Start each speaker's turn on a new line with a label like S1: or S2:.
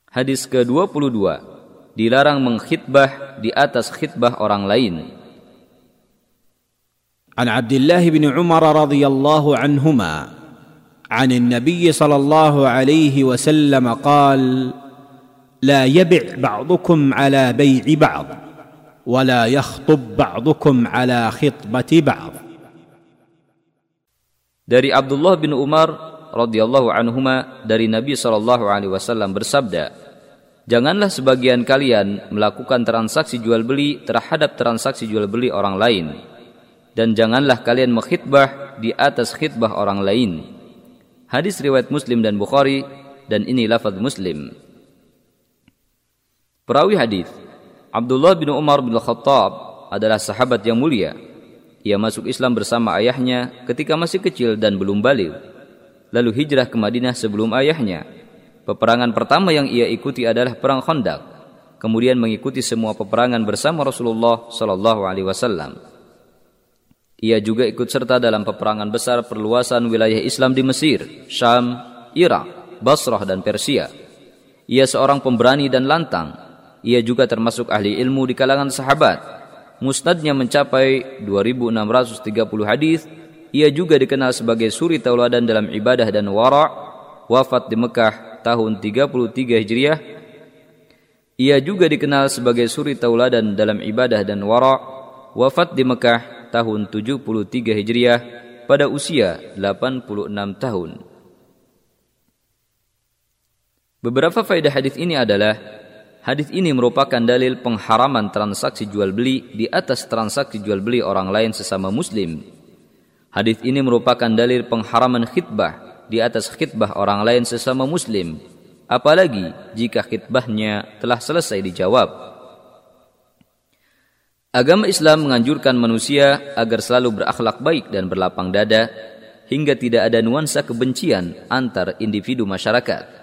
S1: Hadis ke-22, dilarang mengkhitbah di atas khitbah orang lain.
S2: An Abdullah bin Umar radhiyallahu anhuma عن النبي صلى الله عليه وسلم قال: لا يبع بعضكم على بيع بعض ولا يخطب بعضكم على خطبة بعض.
S1: Dari Abdullah bin Umar radhiyallahu anhuma dari Nabi sallallahu alaihi wasallam bersabda, janganlah sebagian kalian melakukan transaksi jual beli terhadap transaksi jual beli orang lain, dan janganlah kalian mengkhitbah di atas khitbah orang lain. Hadis riwayat Muslim dan Bukhari, dan ini lafaz Muslim. Perawi hadis, Abdullah bin Umar bin Khattab adalah sahabat yang mulia. Ia masuk Islam bersama ayahnya ketika masih kecil dan belum baligh. Lalu hijrah ke Madinah sebelum ayahnya. Peperangan pertama yang ia ikuti adalah perang Khandaq. Kemudian mengikuti semua peperangan bersama Rasulullah sallallahu alaihi wasallam. Ia juga ikut serta dalam peperangan besar perluasan wilayah Islam di Mesir, Syam, Irak, Basrah, dan Persia. Ia seorang pemberani dan lantang. Ia juga termasuk ahli ilmu di kalangan sahabat. Musnadnya mencapai 2.630 hadis. Ia juga dikenal sebagai suri tauladan dalam ibadah dan wara'. Wafat di Mekah tahun 33 Hijriah. Ia juga dikenal sebagai suri tauladan dalam ibadah dan wara'. Wafat di Mekah tahun 73 Hijriah pada usia 86 tahun. Beberapa faedah hadis ini adalah, hadis ini merupakan dalil pengharaman transaksi jual beli di atas transaksi jual beli orang lain sesama muslim. Hadis ini merupakan dalil pengharaman khitbah di atas khitbah orang lain sesama muslim, apalagi jika khitbahnya telah selesai dijawab. Agama Islam menganjurkan manusia agar selalu berakhlak baik dan berlapang dada, hingga tidak ada nuansa kebencian antar individu masyarakat.